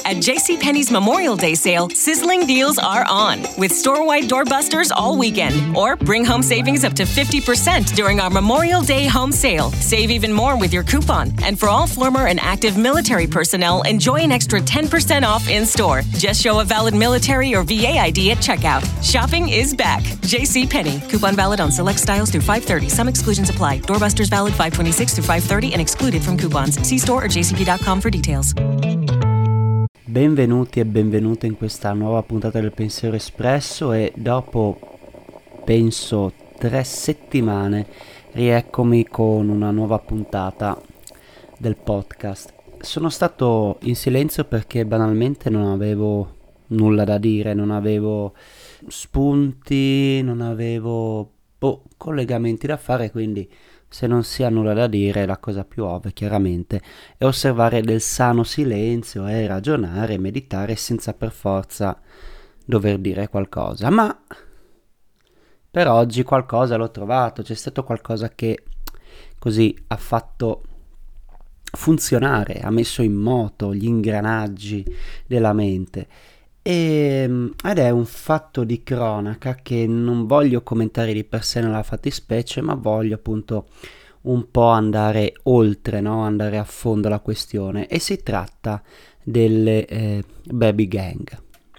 At JCPenney's Memorial Day sale, sizzling deals are on, with store-wide doorbusters all weekend. Or bring home savings up to 50% during our Memorial Day home sale. Save even more with your coupon. And for all former and active military personnel, enjoy an extra 10% off in-store. Just show a valid military or VA ID at checkout. Shopping is back. JCPenney. Coupon valid on select styles through 5/30. Some exclusions apply. Doorbusters valid 5/26 through 5/30 and excluded from coupons. See store or jcp.com for details. Benvenuti e benvenute in questa nuova puntata del Pensiero Espresso e dopo, penso, 3 settimane rieccomi con una nuova puntata del podcast. Sono stato in silenzio perché banalmente non avevo nulla da dire, non avevo spunti, non avevo collegamenti da fare, quindi se non si ha nulla da dire la cosa più ovvia chiaramente è osservare del sano silenzio e ragionare, meditare senza per forza dover dire qualcosa. Ma per oggi qualcosa l'ho trovato, c'è stato qualcosa che così ha fatto funzionare, ha messo in moto gli ingranaggi della mente. Ed è un fatto di cronaca che non voglio commentare di per sé nella fattispecie, ma voglio appunto un po' andare oltre, no? Andare a fondo alla questione, e si tratta delle baby gang.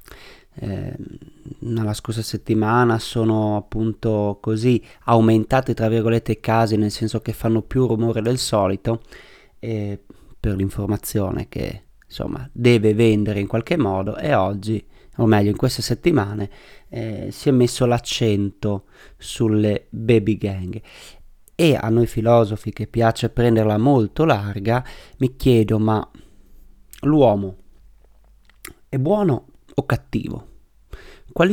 Nella scorsa settimana sono appunto così aumentati tra virgolette i casi, nel senso che fanno più rumore del solito, per l'informazione che insomma deve vendere in qualche modo, e oggi, o meglio in queste settimane, si è messo l'accento sulle baby gang. E a noi filosofi, che piace prenderla molto larga, mi chiedo: ma l'uomo è buono o cattivo? Qual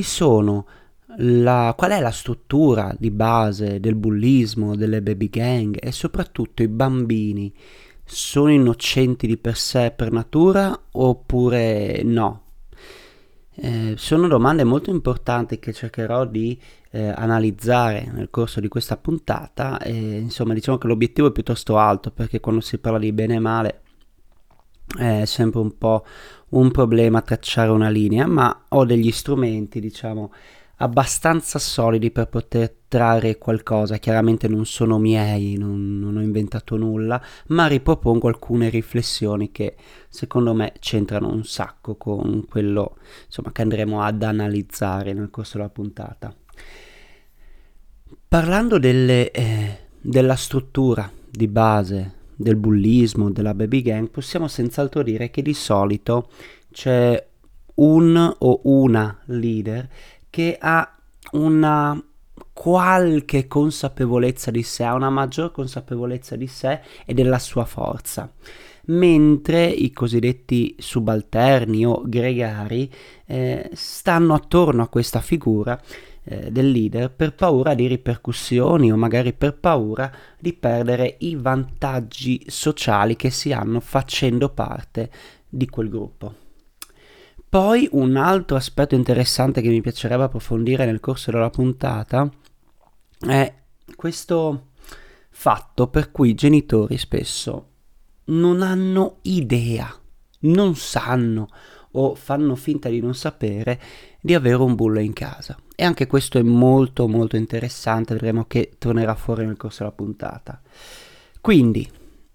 è la struttura di base del bullismo, delle baby gang? E soprattutto, i bambini sono innocenti di per sé, per natura, oppure no? Sono domande molto importanti che cercherò di analizzare nel corso di questa puntata. Insomma, diciamo che l'obiettivo è piuttosto alto, perché quando si parla di bene e male è sempre un po' un problema tracciare una linea, ma ho degli strumenti, diciamo, abbastanza solidi per poter trarre qualcosa. Chiaramente non sono miei, non ho inventato nulla, ma ripropongo alcune riflessioni che secondo me c'entrano un sacco con quello, insomma, che andremo ad analizzare nel corso della puntata. Parlando della struttura di base del bullismo, della baby gang, possiamo senz'altro dire che di solito c'è un o una leader che ha una qualche consapevolezza di sé, ha una maggior consapevolezza di sé e della sua forza, mentre i cosiddetti subalterni o gregari stanno attorno a questa figura del leader per paura di ripercussioni, o magari per paura di perdere i vantaggi sociali che si hanno facendo parte di quel gruppo. Poi un altro aspetto interessante che mi piacerebbe approfondire nel corso della puntata è questo fatto per cui i genitori spesso non hanno idea, non sanno o fanno finta di non sapere di avere un bullo in casa. E anche questo è molto molto interessante, vedremo che tornerà fuori nel corso della puntata. Quindi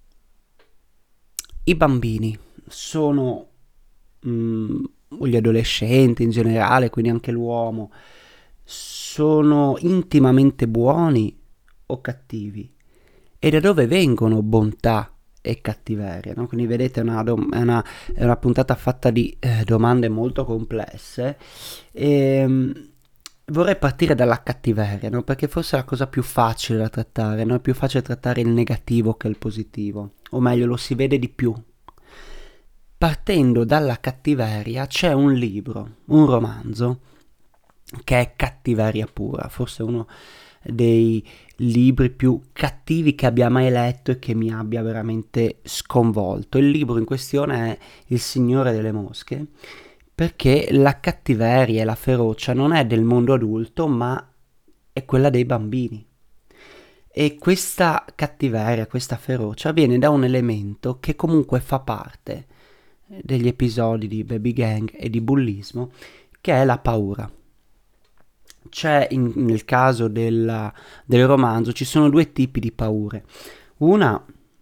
i bambini sono gli adolescenti in generale, quindi anche l'uomo, sono intimamente buoni o cattivi? E da dove vengono bontà e cattiveria, no? Quindi vedete, è una puntata fatta di domande molto complesse, e vorrei partire dalla cattiveria, no? Perché forse è la cosa più facile da trattare, no? È più facile trattare il negativo che il positivo, o meglio lo si vede di più. Partendo dalla cattiveria c'è un libro, un romanzo che è cattiveria pura, forse uno dei libri più cattivi che abbia mai letto e che mi abbia veramente sconvolto. Il libro in questione è Il Signore delle Mosche, perché la cattiveria e la ferocia non è del mondo adulto, ma è quella dei bambini. E questa cattiveria, questa ferocia viene da un elemento che comunque fa parte degli episodi di baby gang e di bullismo, che è la paura. C'è nel caso del romanzo ci sono due tipi di paure. Una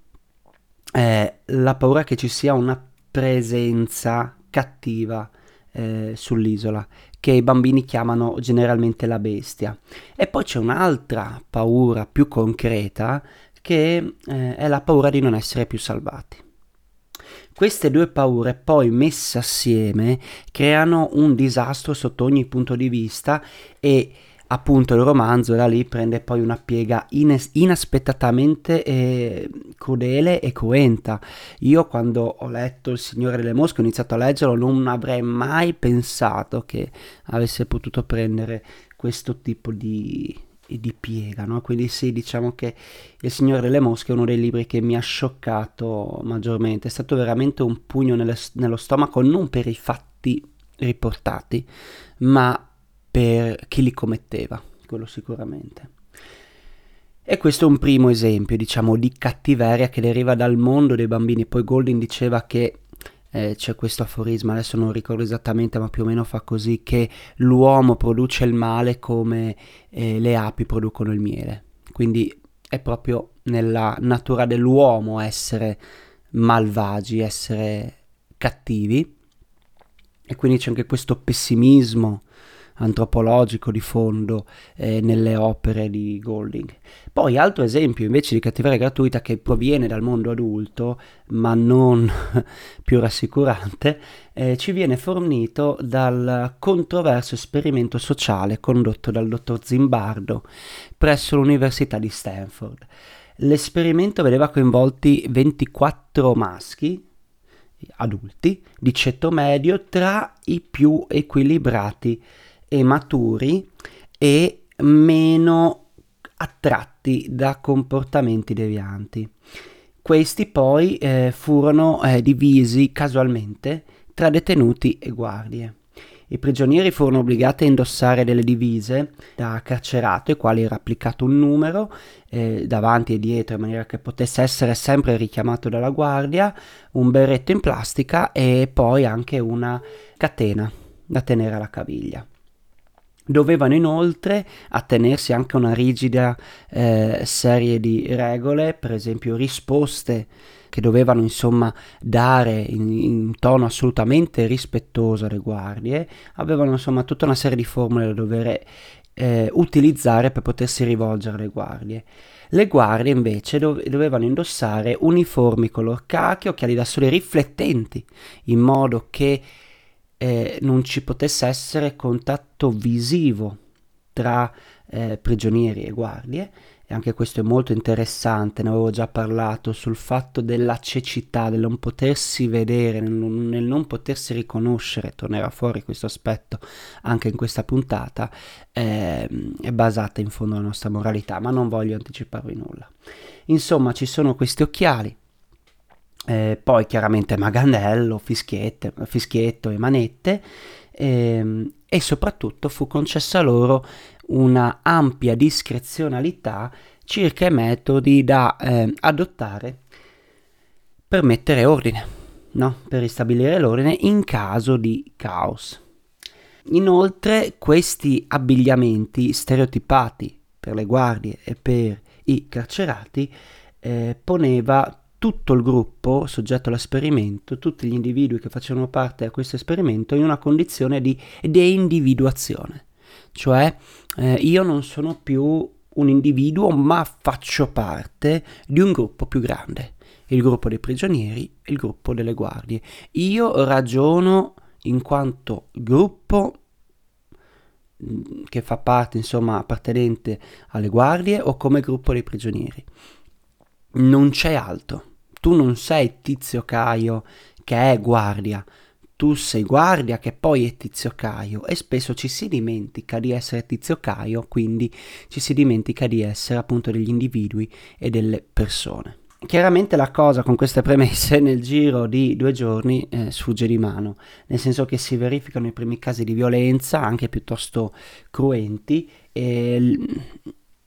è la paura che ci sia una presenza cattiva sull'isola, che i bambini chiamano generalmente la bestia. E poi c'è un'altra paura più concreta, che è la paura di non essere più salvati. Queste due paure poi messe assieme creano un disastro sotto ogni punto di vista, e appunto il romanzo da lì prende poi una piega inaspettatamente crudele e cruenta. Io quando ho letto Il Signore delle Mosche, ho iniziato a leggerlo, non avrei mai pensato che avesse potuto prendere questo tipo di piega, no? Quindi sì, diciamo che Il Signore delle Mosche è uno dei libri che mi ha scioccato maggiormente. È stato veramente un pugno nello stomaco, non per i fatti riportati, ma per chi li commetteva, quello sicuramente. E questo è un primo esempio, diciamo, di cattiveria che deriva dal mondo dei bambini. Poi Golding diceva che c'è questo aforisma, adesso non ricordo esattamente, ma più o meno fa così, che l'uomo produce il male come le api producono il miele. Quindi è proprio nella natura dell'uomo essere malvagi, essere cattivi, e quindi c'è anche questo pessimismo antropologico di fondo nelle opere di Golding. Poi altro esempio invece di cattiveria gratuita che proviene dal mondo adulto, ma non più rassicurante, ci viene fornito dal controverso esperimento sociale condotto dal dottor Zimbardo presso l'Università di Stanford. L'esperimento vedeva coinvolti 24 maschi adulti di ceto medio tra i più equilibrati e maturi e meno attratti da comportamenti devianti. Questi poi furono divisi casualmente tra detenuti e guardie. I prigionieri furono obbligati a indossare delle divise da carcerato, ai quali era applicato un numero davanti e dietro, in maniera che potesse essere sempre richiamato dalla guardia, un berretto in plastica e poi anche una catena da tenere alla caviglia. Dovevano inoltre attenersi anche a una rigida serie di regole, per esempio risposte che dovevano insomma dare in tono assolutamente rispettoso alle guardie. Avevano insomma tutta una serie di formule da dover utilizzare per potersi rivolgere alle guardie. Le guardie invece dovevano indossare uniformi color cacchio, occhiali da sole riflettenti, in modo che non ci potesse essere contatto visivo tra prigionieri e guardie. E anche questo è molto interessante, ne avevo già parlato, sul fatto della cecità, del non potersi vedere, nel non potersi riconoscere. Tornerà fuori questo aspetto anche in questa puntata, è basata in fondo alla nostra moralità, ma non voglio anticiparvi nulla. Insomma, ci sono questi occhiali, poi chiaramente manganello, fischietto e manette, e soprattutto fu concessa loro una ampia discrezionalità circa i metodi da adottare per mettere ordine, no? Per ristabilire l'ordine in caso di caos. Inoltre questi abbigliamenti stereotipati per le guardie e per i carcerati poneva tutto il gruppo soggetto all'esperimento, tutti gli individui che facevano parte a questo esperimento, in una condizione di deindividuazione. Cioè io non sono più un individuo, ma faccio parte di un gruppo più grande, il gruppo dei prigionieri e il gruppo delle guardie. Io ragiono in quanto gruppo che fa parte, insomma, appartenente alle guardie, o come gruppo dei prigionieri. Non c'è altro. Tu non sei Tizio Caio che è guardia, tu sei guardia che poi è Tizio Caio, e spesso ci si dimentica di essere Tizio Caio, quindi ci si dimentica di essere appunto degli individui e delle persone. Chiaramente la cosa, con queste premesse, nel giro di 2 giorni sfugge di mano, nel senso che si verificano i primi casi di violenza, anche piuttosto cruenti, e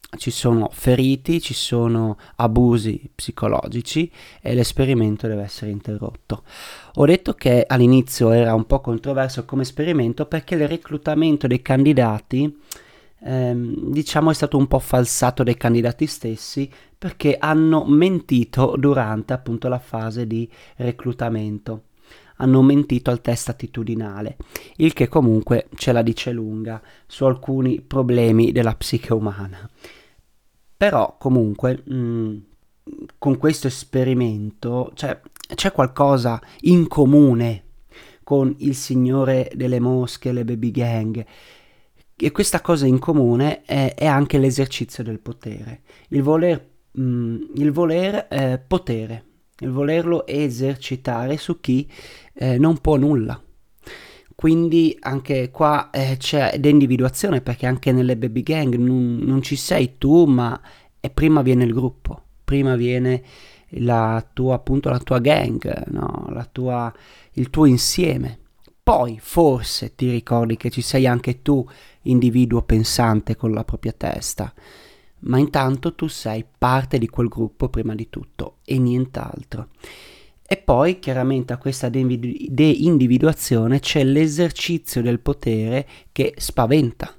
ci sono feriti, ci sono abusi psicologici e l'esperimento deve essere interrotto. Ho detto che all'inizio era un po' controverso come esperimento perché il reclutamento dei candidati diciamo è stato un po' falsato dai candidati stessi, perché hanno mentito durante appunto la fase di reclutamento, hanno mentito al test attitudinale, il che comunque ce la dice lunga su alcuni problemi della psiche umana. Però comunque con questo esperimento c'è qualcosa in comune con il Signore delle Mosche, le baby gang, e questa cosa in comune è anche l'esercizio del potere, il voler potere, il volerlo esercitare su chi non può nulla. Quindi anche qua c'è l'individuazione, perché anche nelle baby gang non ci sei tu, ma prima viene il gruppo, prima viene appunto la tua gang, no? Il tuo insieme. Poi forse ti ricordi che ci sei anche tu, individuo pensante con la propria testa, ma intanto tu sei parte di quel gruppo prima di tutto e nient'altro. E poi chiaramente a questa deindividuazione c'è l'esercizio del potere che spaventa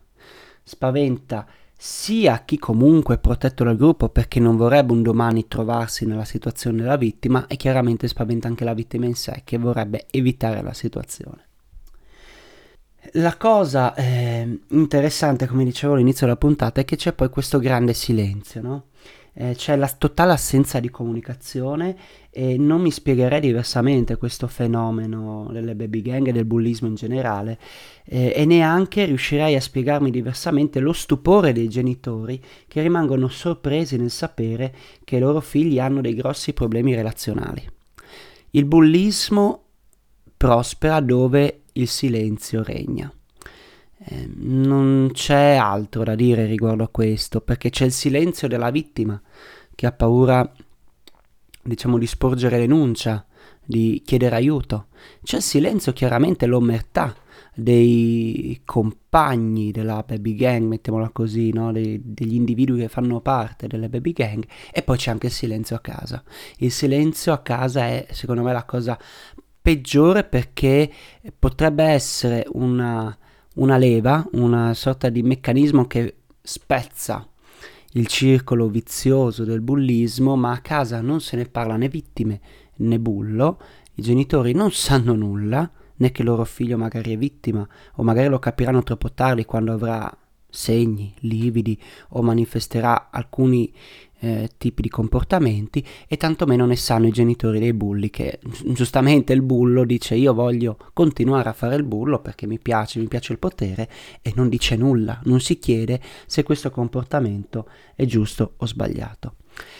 sia chi comunque è protetto dal gruppo, perché non vorrebbe un domani trovarsi nella situazione della vittima, e chiaramente spaventa anche la vittima in sé, che vorrebbe evitare la situazione. La cosa interessante, come dicevo all'inizio della puntata, è che c'è poi questo grande silenzio, no? C'è la totale assenza di comunicazione, e non mi spiegherei diversamente questo fenomeno delle baby gang e del bullismo in generale, e neanche riuscirei a spiegarmi diversamente lo stupore dei genitori che rimangono sorpresi nel sapere che i loro figli hanno dei grossi problemi relazionali. Il bullismo prospera dove il silenzio regna. Non c'è altro da dire riguardo a questo, perché c'è il silenzio della vittima che ha paura, diciamo, di sporgere denuncia, di chiedere aiuto. C'è il silenzio, chiaramente, l'omertà dei compagni della baby gang, mettiamola così, no? Degli individui che fanno parte delle baby gang. E poi c'è anche il silenzio a casa. Il silenzio a casa è, secondo me, la cosa peggiore, perché potrebbe essere una leva, una sorta di meccanismo che spezza il circolo vizioso del bullismo, ma a casa non se ne parla né vittime né bullo, i genitori non sanno nulla, né che il loro figlio magari è vittima, o magari lo capiranno troppo tardi, quando avrà segni, lividi, o manifesterà alcuni tipi di comportamenti, e tantomeno ne sanno i genitori dei bulli, che giustamente il bullo dice: io voglio continuare a fare il bullo perché mi piace il potere, e non dice nulla, non si chiede se questo comportamento è giusto o sbagliato.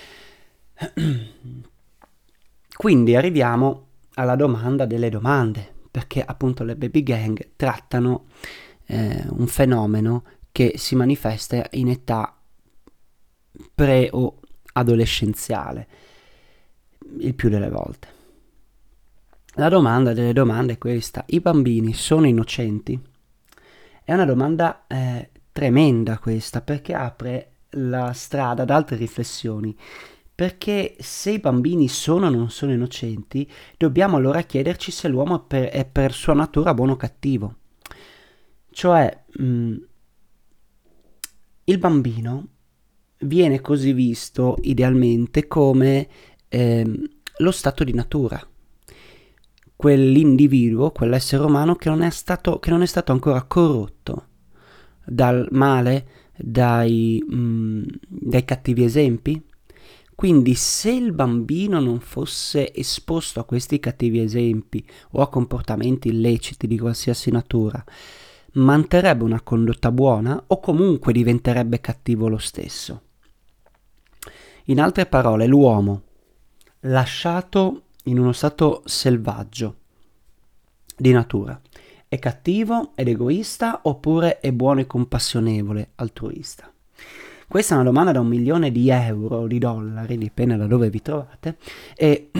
Quindi arriviamo alla domanda delle domande, perché appunto le baby gang trattano un fenomeno che si manifesta in età pre o adolescenziale il più delle volte. La domanda delle domande è questa: i bambini sono innocenti? È una domanda tremenda questa, perché apre la strada ad altre riflessioni, perché se i bambini sono o non sono innocenti, dobbiamo allora chiederci se l'uomo è per sua natura buono o cattivo. Cioè il bambino viene così visto idealmente come lo stato di natura, quell'individuo, quell'essere umano che non è stato ancora corrotto dal male, dai cattivi esempi. Quindi se il bambino non fosse esposto a questi cattivi esempi o a comportamenti illeciti di qualsiasi natura, manterrebbe una condotta buona o comunque diventerebbe cattivo lo stesso. In altre parole, l'uomo, lasciato in uno stato selvaggio di natura, è cattivo ed egoista, oppure è buono e compassionevole, altruista? Questa è una domanda da 1 milione di euro, di dollari, dipende da dove vi trovate, e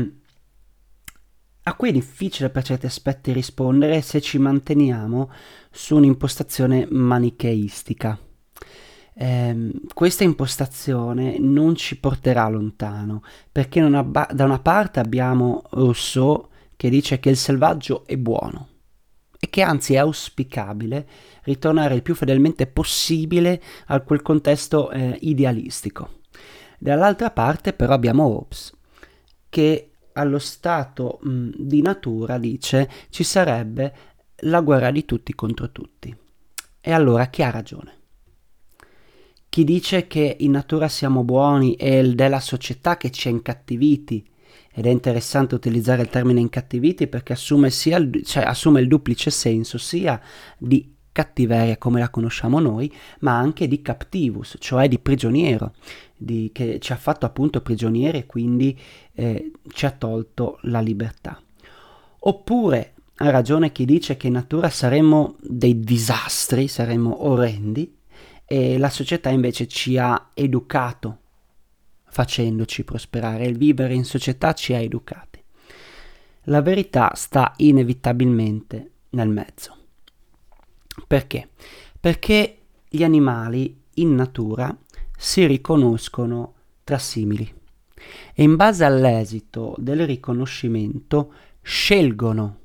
a cui è difficile per certi aspetti rispondere se ci manteniamo su un'impostazione manicheistica. Questa impostazione non ci porterà lontano, perché da una parte abbiamo Rousseau che dice che il selvaggio è buono e che anzi è auspicabile ritornare il più fedelmente possibile a quel contesto idealistico. Dall'altra parte però abbiamo Hobbes che allo stato di natura dice ci sarebbe la guerra di tutti contro tutti. E allora chi ha ragione? Chi dice che in natura siamo buoni ed è la società che ci ha incattiviti, ed è interessante utilizzare il termine incattiviti perché assume il duplice senso sia di cattiveria come la conosciamo noi, ma anche di captivus, cioè di prigioniero, che ci ha fatto appunto prigionieri e quindi ci ha tolto la libertà. Oppure ha ragione chi dice che in natura saremmo dei disastri, saremmo orrendi, e la società invece ci ha educato facendoci prosperare. Il vivere in società ci ha educati. La verità sta inevitabilmente nel mezzo. Perché? Perché gli animali in natura si riconoscono tra simili e in base all'esito del riconoscimento scelgono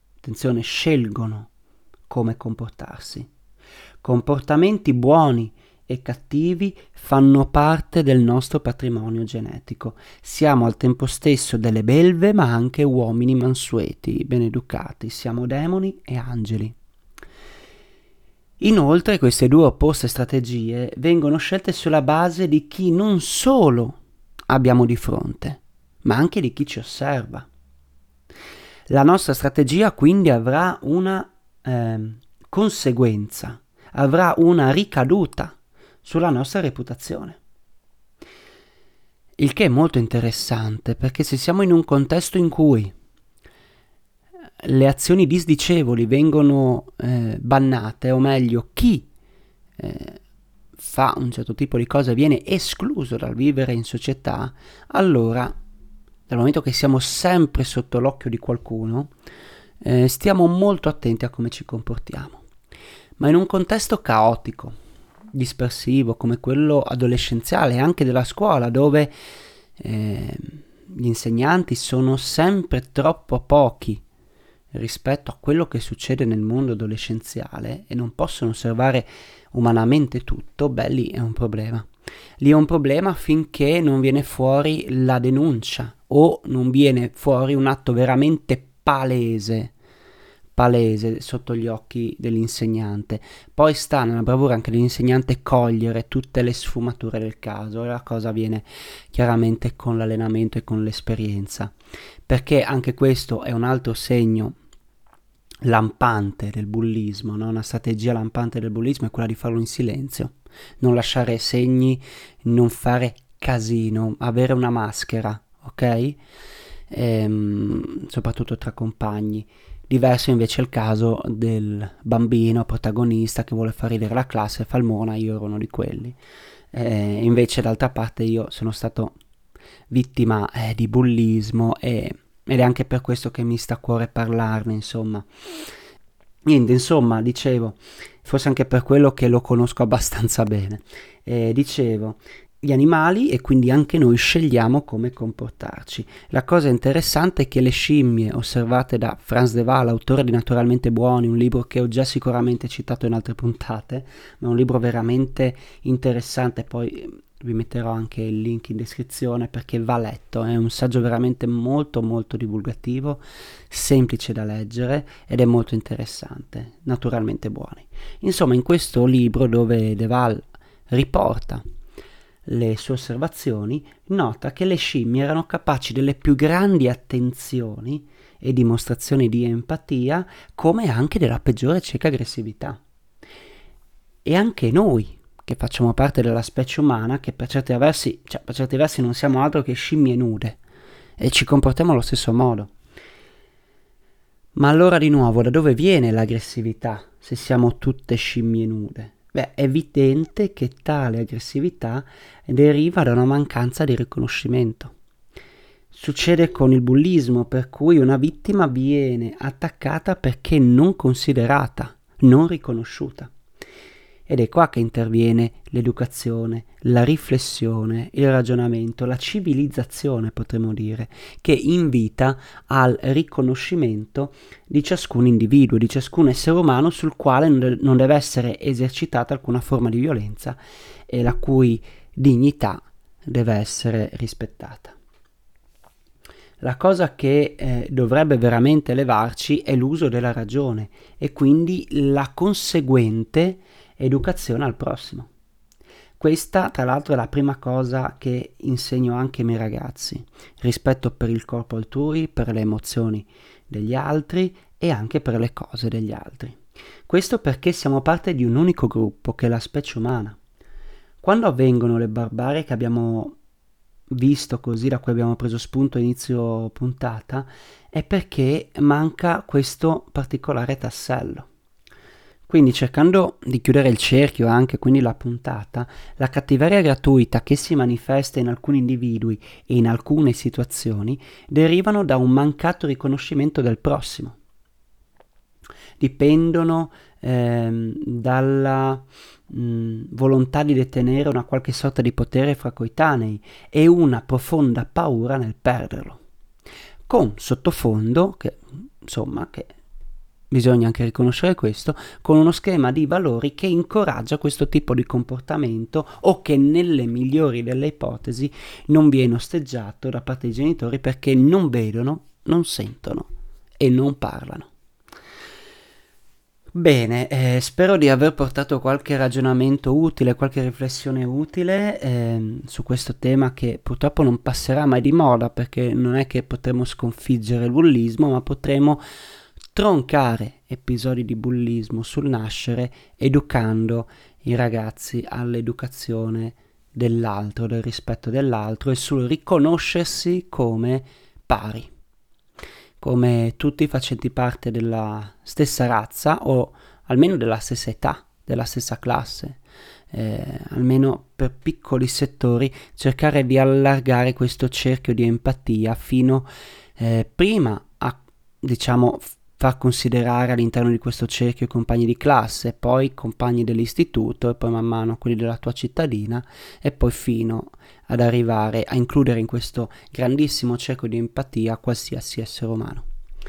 come comportarsi. Comportamenti buoni e cattivi fanno parte del nostro patrimonio genetico. Siamo al tempo stesso delle belve, ma anche uomini mansueti, ben educati. Siamo demoni e angeli. Inoltre, queste due opposte strategie vengono scelte sulla base di chi non solo abbiamo di fronte, ma anche di chi ci osserva. La nostra strategia quindi avrà una conseguenza, avrà una ricaduta sulla nostra reputazione. Il che è molto interessante, perché se siamo in un contesto in cui le azioni disdicevoli vengono bannate, o meglio, chi fa un certo tipo di cosa viene escluso dal vivere in società, allora, dal momento che siamo sempre sotto l'occhio di qualcuno, stiamo molto attenti a come ci comportiamo. Ma in un contesto caotico, dispersivo, come quello adolescenziale e anche della scuola, dove gli insegnanti sono sempre troppo pochi rispetto a quello che succede nel mondo adolescenziale e non possono osservare umanamente tutto, lì è un problema. Lì è un problema finché non viene fuori la denuncia o non viene fuori un atto veramente palese sotto gli occhi dell'insegnante. Poi sta nella bravura anche dell'insegnante cogliere tutte le sfumature del caso, e la cosa avviene chiaramente con l'allenamento e con l'esperienza, perché anche questo è un altro segno lampante del bullismo, no? Una strategia lampante del bullismo è quella di farlo in silenzio, non lasciare segni, non fare casino, avere una maschera, ok? Soprattutto tra compagni. Diverso invece è il caso del bambino protagonista che vuole far ridere la classe, fa il mona, io ero uno di quelli. Invece d'altra parte io sono stato vittima di bullismo ed è anche per questo che mi sta a cuore parlarne, insomma. Niente, insomma, dicevo, forse anche per quello che lo conosco abbastanza bene. Dicevo, gli animali e quindi anche noi scegliamo come comportarci. La cosa interessante è che le scimmie osservate da Frans de Waal, autore di Naturalmente Buoni, un libro che ho già sicuramente citato in altre puntate, ma un libro veramente interessante, poi vi metterò anche il link in descrizione perché va letto, è un saggio veramente molto molto divulgativo, semplice da leggere ed è molto interessante, Naturalmente Buoni. Insomma, in questo libro dove de Waal riporta le sue osservazioni, nota che le scimmie erano capaci delle più grandi attenzioni e dimostrazioni di empatia, come anche della peggiore cieca aggressività. E anche noi, che facciamo parte della specie umana, che per certi versi non siamo altro che scimmie nude, e ci comportiamo allo stesso modo. Ma allora di nuovo, da dove viene l'aggressività se siamo tutte scimmie nude? È evidente che tale aggressività deriva da una mancanza di riconoscimento. Succede con il bullismo, per cui una vittima viene attaccata perché non considerata, non riconosciuta. Ed è qua che interviene l'educazione, la riflessione, il ragionamento, la civilizzazione, potremmo dire, che invita al riconoscimento di ciascun individuo, di ciascun essere umano sul quale non deve essere esercitata alcuna forma di violenza e la cui dignità deve essere rispettata. La cosa che dovrebbe veramente levarci è l'uso della ragione e quindi la conseguente educazione al prossimo. Questa, tra l'altro, è la prima cosa che insegno anche ai miei ragazzi: rispetto per il corpo altrui, per le emozioni degli altri e anche per le cose degli altri. Questo perché siamo parte di un unico gruppo, che è la specie umana. Quando avvengono le barbarie che abbiamo visto così, da cui abbiamo preso spunto a inizio puntata, è perché manca questo particolare tassello. Quindi, cercando di chiudere il cerchio anche quindi la puntata, la cattiveria gratuita che si manifesta in alcuni individui e in alcune situazioni derivano da un mancato riconoscimento del prossimo. Dipendono dalla volontà di detenere una qualche sorta di potere fra coetanei e una profonda paura nel perderlo, con sottofondo che bisogna anche riconoscere questo, con uno schema di valori che incoraggia questo tipo di comportamento o che nelle migliori delle ipotesi non viene osteggiato da parte dei genitori perché non vedono, non sentono e non parlano. Bene, spero di aver portato qualche ragionamento utile, qualche riflessione utile su questo tema che purtroppo non passerà mai di moda, perché non è che potremo sconfiggere il bullismo, ma potremo troncare episodi di bullismo sul nascere, educando i ragazzi all'educazione dell'altro, del rispetto dell'altro e sul riconoscersi come pari, come tutti facenti parte della stessa razza o almeno della stessa età, della stessa classe, almeno per piccoli settori, cercare di allargare questo cerchio di empatia fino prima a, far considerare all'interno di questo cerchio i compagni di classe, poi i compagni dell'istituto e poi man mano quelli della tua cittadina e poi fino ad arrivare a includere in questo grandissimo cerchio di empatia qualsiasi essere umano.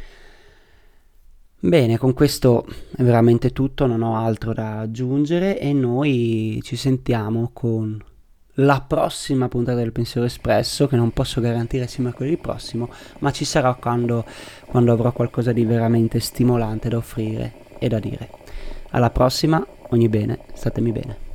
Bene, con questo è veramente tutto, non ho altro da aggiungere e noi ci sentiamo con la prossima puntata del Pensiero Espresso, che non posso garantire sia mercoledì prossimo, ma ci sarà quando avrò qualcosa di veramente stimolante da offrire e da dire. Alla prossima, ogni bene, statemi bene.